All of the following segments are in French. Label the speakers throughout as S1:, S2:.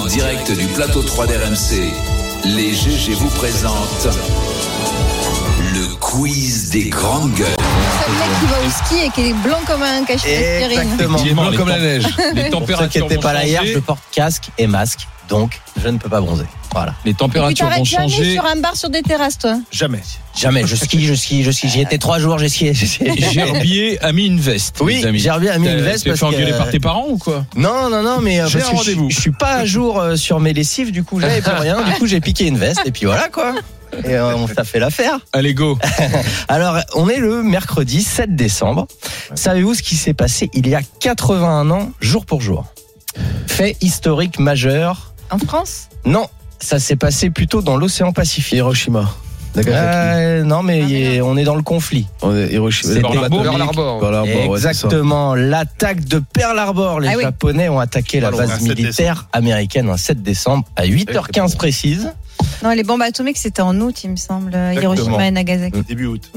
S1: En direct du plateau 3 d'RMC, les GG vous présentent le quiz des grandes gueules.
S2: C'est le mec qui va au ski et qui est blanc comme un cachet d'aspirine.
S3: Exactement.
S4: Il est blanc comme la neige. Les températures
S3: Ne t'inquiète
S4: vont
S3: pas, là, hier,
S4: changer.
S3: je porte casque et masque, donc je ne peux pas bronzer. Voilà.
S4: Les
S2: Et puis
S4: températures vont
S2: t'arrêtes jamais
S4: changer.
S2: sur un bar sur des terrasses, toi.
S3: Jamais. Je skie. J'y étais 3 jours, j'ai skié.
S4: Gerbier a mis une veste.
S3: Oui,
S4: les amis.
S3: Gerbier a mis une veste
S4: Tu t'es
S3: parce
S4: fait engueuler
S3: que-
S4: par tes parents ou quoi?
S3: Non, mais
S4: J'ai
S3: parce
S4: un
S3: que
S4: rendez-vous.
S3: je suis pas à jour sur mes lessives, du coup, j'avais plus rien. Du coup, j'ai piqué une veste et puis voilà, quoi. Et ça fait l'affaire.
S4: Allez, go.
S3: Alors, on est le mercredi 7 décembre. Savez-vous ce qui s'est passé il y a 81 ans, jour pour jour? Fait historique majeur.
S2: En France.
S3: Non, ça s'est passé plutôt dans l'océan Pacifique.
S5: Hiroshima.
S3: Non, mais on est dans le conflit.
S5: Hiroshima.
S3: C'était
S4: Pearl Harbor.
S5: Pearl Harbor, ouais, c'est ça.
S3: Exactement, l'attaque de Pearl Harbor. Les
S2: Ah oui.
S3: Japonais ont attaqué la
S5: Pas
S3: base
S5: loin, 7
S3: militaire américaine un 7 décembre à 8h15 précise.
S2: Non, les bombes atomiques, c'était en août, il me semble. Hiroshima et Nagasaki.
S5: Début août.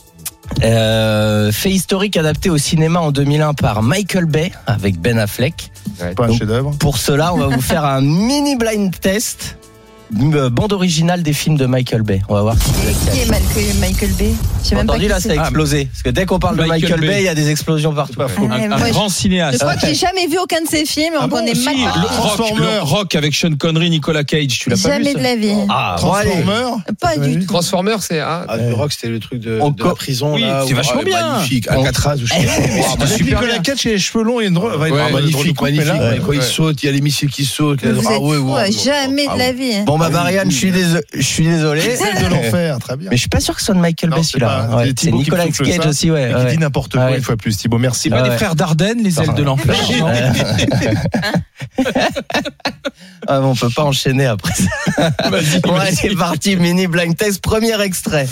S3: Fait historique adapté au cinéma en 2001 par Michael Bay avec Ben Affleck.
S5: Pas un
S3: Donc,
S5: chef-d'œuvre.
S3: Pour cela, on va vous faire un mini blind test. Bande originale des films de Michael Bay. On va voir si vous êtes
S2: Qui est Michael Bay? Je sais même pas
S3: entendu
S2: qui
S3: là,
S2: c'est.
S3: ça a explosé. Parce que dès qu'on parle de
S4: Michael
S3: Michael
S4: Bay.
S3: Bay, il y a des explosions partout.
S5: Pas faux.
S2: Ouais,
S4: Un
S2: moi,
S4: grand
S2: Je
S4: cinéaste.
S2: crois que j'ai jamais vu aucun de ses films. On connaît
S4: Si,
S2: mal.
S4: le Rock avec Sean Connery, Nicolas Cage. Tu l'as pas vu
S2: Jamais
S4: ça?
S2: de la vie.
S3: Ah, bon, allez.
S5: Transformer.
S2: Pas du tout.
S6: Transformers, c'est
S5: Le Rock, c'était le truc de
S3: On
S5: la prison.
S4: oui,
S5: là,
S4: c'est vachement bien.
S5: Magnifique.
S3: On-
S5: Alcatraz ou je sais pas.
S4: c'est super
S5: Nicolas
S4: bien.
S5: Cage et les cheveux longs, il y a une drôle. Magnifique,
S6: magnifique.
S5: magnifique. Quand il saute, il y a les missiles qui sautent.
S2: Vous êtes fous, jamais de la vie.
S3: Bon, bah, Marianne, je suis désolé.
S5: C'est de l'enfer, très bien.
S3: Mais je suis pas sûr que ce soit de Michael
S5: Non,
S3: Bay
S5: c'est
S3: celui-là.
S5: pas-
S3: Ouais,
S5: c'est
S3: c'est
S5: Thibaut qui
S3: Nicolas
S5: me souffle
S3: Cage
S5: ça.
S3: aussi, ouais.
S5: Et qui dit n'importe quoi
S3: Ouais.
S5: une fois plus. Thibaut, merci.
S4: C'est pas
S3: Ah
S4: des
S3: ouais.
S4: frères Dardenne, les ailes de l'enfer? non
S3: Ah, on peut pas enchaîner après ça.
S4: Vas-y,
S3: Bon,
S4: vas-y.
S3: c'est parti, mini blind test, premier extrait.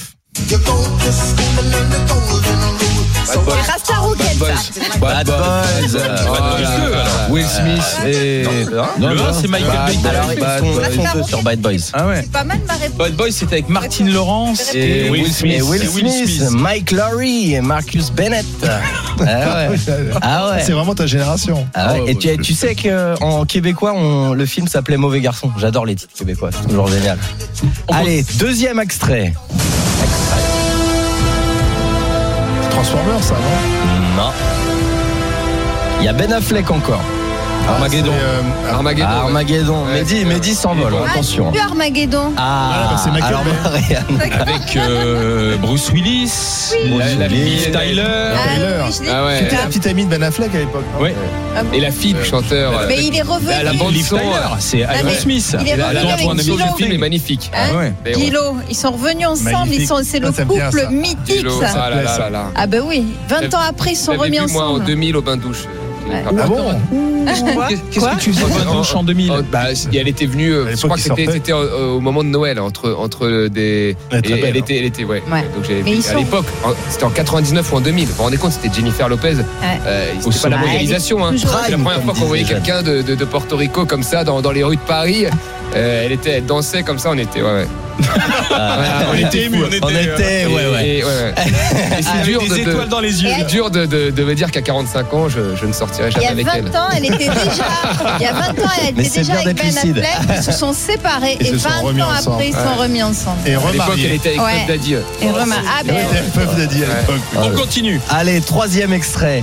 S2: C'est Rasta Rocket, ça.
S3: Bad Boys.
S5: Will Smith et.
S4: Le 1, c'est Michael Bay.
S3: Alors, ils sont deux sur Bad Boys.
S4: Ah ouais.
S2: C'est pas mal ma réponse.
S4: Bad Boy, c'était avec Martin Lawrence
S3: Et
S4: Will Smith.
S3: Et Will Smith, Mike Lowry et Marcus Bennett. Ah ouais. Ah ouais.
S5: C'est vraiment ta génération.
S3: Ah ouais. Et tu sais qu'en québécois, le film s'appelait Mauvais Garçon. J'adore les titres québécois, c'est toujours génial. Allez, deuxième extrait.
S5: Transformer, ça, non?
S3: Non. Il y a Ben Affleck encore.
S4: Armageddon.
S6: Armageddon.
S3: Armageddon.
S6: Ouais.
S3: Mehdi s'envole,
S6: Ah,
S3: attention.
S2: Plus Armageddon.
S3: Ah,
S5: bah, c'est Michael
S3: alors
S5: Bay.
S3: Marianne.
S4: Avec Bruce Willis, la fille de Tyler.
S5: Tyler.
S2: Oui, je l'ai
S6: Ah ouais.
S5: C'était la petite amie de Ben Affleck à l'époque.
S4: Oui.
S2: Ah bon.
S6: Et la fille du chanteur.
S2: Mais il est revenu.
S6: La bande
S4: Liv
S6: son.
S4: Tyler, c'est
S2: mais
S4: Aerosmith.
S2: il est
S6: La
S2: revenu
S6: bande
S2: avec
S6: son de
S2: Gilo.
S6: ce film est magnifique.
S2: Hein
S4: Ouais.
S2: Gilo, ils sont revenus ensemble,
S5: Magnifique.
S2: c'est le
S5: Ça me vient,
S2: couple
S5: ça.
S2: mythique
S6: Gilo,
S2: ça.
S6: ah là là là là.
S2: Ah ben oui, 20 ans après ils se sont
S6: J'avais
S2: remis
S6: vu, moi, en
S2: ensemble.
S6: 2000 au bain de douche.
S2: Ouais.
S5: Ah bon?
S4: Qu'est-ce que tu faisais au bain de douche en 2000?
S6: Elle était venue,
S5: À
S6: je
S5: l'époque,
S6: crois que
S5: il sortait.
S6: c'était au moment de Noël, entre des.
S5: Elle est très
S6: et
S5: belle,
S6: elle était, ouais.
S2: Ouais.
S6: Donc j'avais
S2: Mais
S6: vu,
S2: ils
S6: à
S2: sont-
S6: l'époque, c'était en 99 ou en 2000. Vous vous rendez compte, c'était Jennifer Lopez. C'était pas la
S2: sommet.
S6: mondialisation. Hein.
S2: Toujours
S6: C'est la
S3: prime,
S6: première fois
S3: comme
S6: qu'on voyait
S3: disait
S6: quelqu'un de Porto Rico comme ça dans les rues de Paris. Elle dansait comme ça, on était, ouais.
S3: On était émus. On était, ouais.
S6: Et c'est dur
S4: Des étoiles dans les yeux.
S6: c'est dur de me dire qu'à 45 ans, je ne sortirai
S2: Il y
S6: jamais
S2: a
S6: avec
S2: 20
S6: elle.
S2: ans, elle était déjà. Il y a 20 ans, elle
S3: Mais
S2: était
S3: c'est
S2: déjà
S3: bien
S2: avec
S3: d'être
S2: Ben
S3: lucide.
S2: Affleck. Ils se sont séparés
S5: Ils
S2: et
S5: se sont
S2: 20
S5: remis
S2: ans
S5: ensemble.
S2: après ils se sont remis ensemble.
S5: Et
S6: À l'époque, elle
S5: remarié.
S6: était avec
S2: Ouais.
S6: Puff Daddy.
S2: Et remarque, ah ben.
S5: Elle était Puff Daddy à l'époque.
S4: On continue.
S3: Allez, troisième extrait.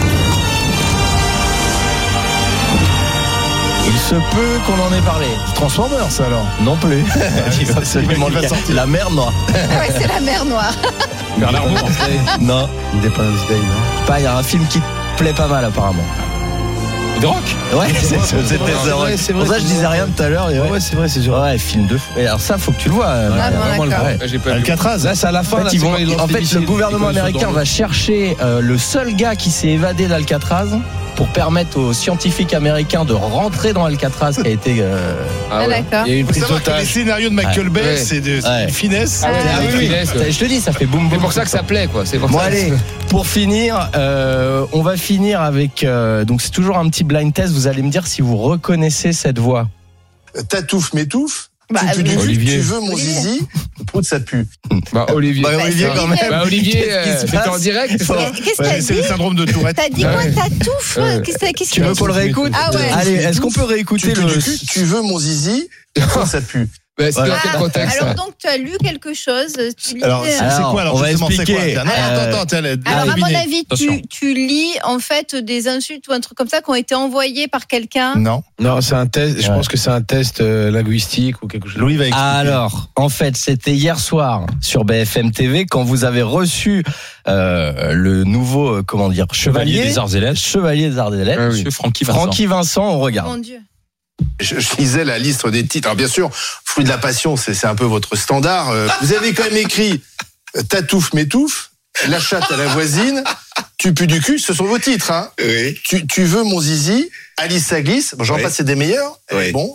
S3: Il se peut qu'on en ait parlé.
S5: Transformer, ça alors.
S3: Non plus. C'est absolument
S5: il va
S3: le cas.
S5: sortir.
S3: La mer Noire.
S2: Ah ouais, c'est la mer Noire.
S4: Vers l'amour.
S3: Non,
S5: Independence Day, non?
S3: pas. Il y a un film qui te plaît pas mal apparemment.
S4: The Rock.
S3: Ouais, c'était
S5: c'est vrai,
S3: The Rock.
S5: c'est
S3: Pour
S5: vrai,
S3: ça, je
S5: c'est
S3: disais
S5: vrai.
S3: rien tout à l'heure. et
S5: Ouais, c'est vrai, c'est sûr.
S3: Ouais, film de fou. Et alors ça, faut que tu le vois.
S2: bon,
S3: vraiment le
S2: d'accord.
S3: vrai.
S6: J'ai pas vu.
S5: Alcatraz.
S4: Là, c'est à la fin.
S3: En
S4: là,
S3: fait,
S4: c'est quand ils lancent
S3: en
S4: les
S3: fait,
S4: missiles,
S3: le gouvernement
S4: quand ils sont
S3: américain
S4: dans
S3: va chercher le seul gars qui s'est évadé d'Alcatraz pour permettre aux scientifiques américains de rentrer dans Alcatraz qui a été.
S6: Ah
S2: Ah
S6: ouais.
S2: d'accord.
S3: Il y a eu une
S5: Faut
S3: prise
S5: savoir que les
S3: d'otage.
S5: scénarios de Michael Bay,
S6: Ouais.
S5: c'est
S3: Ouais.
S5: une finesse.
S6: Ah ouais,
S2: Ah
S6: avec
S3: oui.
S6: finesse.
S3: Je te dis, ça fait boum boum.
S6: C'est pour ça que ça plaît, quoi. C'est pour
S3: Bon
S6: ça.
S3: allez, pour finir, on va finir avec donc c'est toujours un petit blind test. Vous allez me dire si vous reconnaissez cette voix.
S5: Tatouf m'étouffe.
S2: Bah,
S7: tu dis
S4: Olivier.
S7: tu veux mon
S2: Olivier.
S7: zizi, prout ça pue.
S6: Bah, Olivier.
S3: Bah, Olivier,
S2: c'est
S3: quand même.
S6: Bah, Olivier,
S3: Qu'est-ce qui se
S6: c'était en
S3: passe
S6: direct, c'est ça
S2: Qu'est-ce que t'as
S5: C'est le
S2: dit?
S5: syndrome de Tourette.
S2: T'as dit quoi?
S6: Ouais.
S2: T'as touffe?
S6: Ouais.
S2: Qu'est-ce
S3: Tu veux qu'on le réécoute?
S2: Ah ouais.
S3: Allez, est-ce qu'on peut réécouter
S7: Tu
S3: le.
S7: pues du cul, tu veux mon zizi, prout ça pue.
S6: Bah, c'était dans quel
S2: Ah,
S6: contexte
S2: alors
S6: ça
S2: donc tu as lu quelque chose. Tu lis,
S5: Alors, c'est
S3: Alors,
S5: quoi alors
S3: on va
S5: justement, c'est quoi
S3: expliquer.
S5: Non, attends, tiens,
S2: alors à mon
S5: devinez.
S2: avis,
S4: Attention.
S2: tu lis en fait des insultes ou un truc comme ça qui ont été envoyés par quelqu'un.
S5: Non,
S8: Non, c'est un test. Je
S3: Ouais.
S8: pense que c'est un test linguistique ou quelque chose.
S5: Louis va expliquer.
S3: Alors, en fait, c'était hier soir sur BFM TV quand vous avez reçu le nouveau,
S4: Chevalier des Arts et Lettres.
S3: Chevalier des Arts et Lettres.
S6: Ah oui.
S4: Monsieur Francky Vincent.
S3: Francky Vincent, on
S2: Mon
S3: regarde.
S2: Dieu.
S7: Je lisais la liste des titres. Alors bien sûr, Fruit de la passion, c'est un peu votre standard. Vous avez quand même écrit Tatouffe m'étouffe, La chatte à la voisine, Tu pues du cul, ce sont vos titres. Hein.
S9: Oui.
S7: Tu veux mon zizi, Alice ça glisse. Bon, j'en
S9: Oui.
S7: passe, c'est des meilleurs.
S9: Oui.
S7: Bon.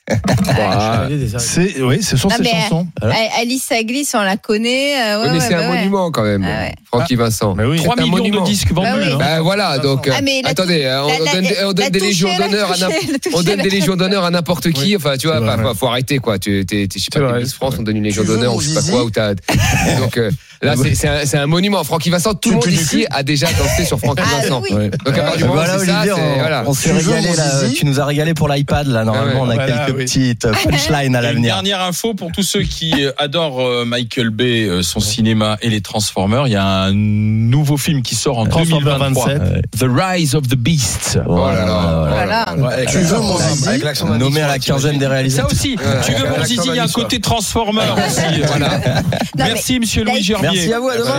S5: Oui, ce sont
S2: Ah,
S5: ces
S2: mais,
S5: chansons.
S2: Alice Aglis, on la connaît.
S6: Oui, mais c'est un monument quand même,
S2: Ah ouais.
S6: Francky Vincent.
S5: Mais oui.
S4: 3
S6: C'est un
S4: millions de
S6: monument.
S4: disques vendus.
S2: Bah oui.
S4: hein.
S6: Bah voilà, donc
S2: Ah, mais la
S6: attendez, on donne des légions d'honneur à n'importe qui. Enfin, tu vois,
S5: C'est vrai,
S6: faut arrêter quoi. Je sais
S8: C'est
S6: pas,
S8: vrai,
S6: Miss
S8: c'est
S6: France,
S8: vrai.
S6: on donne une légion
S7: Tu veux
S6: d'honneur
S7: mon
S6: ou je sais pas
S7: zizi
S6: quoi. Donc là, c'est un monument. Francky Vincent, tout le monde
S7: pues du
S6: ici
S7: cul
S6: a déjà dansé sur Francky
S2: Ah
S6: Vincent.
S2: oui.
S6: Donc à partir du moment
S3: Voilà,
S6: où c'est ça,
S3: Olivier,
S6: c'est voilà.
S3: on s'est
S7: Tu veux
S3: régalé
S7: mon
S3: là.
S7: zizi
S3: Tu nous as régalé pour l'iPad là. Normalement, on a
S5: Voilà,
S3: quelques
S5: oui.
S3: petites punchlines à
S4: Et une
S3: l'avenir.
S4: dernière info pour tous ceux qui adorent Michael Bay, son cinéma et les Transformers. Il y a un nouveau film qui sort en
S5: Transformers
S4: 2023.
S5: 27.
S4: The Rise of the Beast.
S6: Oh là là.
S2: Voilà.
S7: Tu veux mon zizi
S8: Avec l'accent d'un
S3: Nommé à la quinzaine des
S4: Ça
S3: réalisateurs.
S4: aussi, tu veux mon zizi, il y a un côté Transformer aussi.
S6: Voilà.
S2: Non, mais
S4: Merci Monsieur
S2: là,
S4: Louis Gerbier.
S3: Merci à vous, à demain.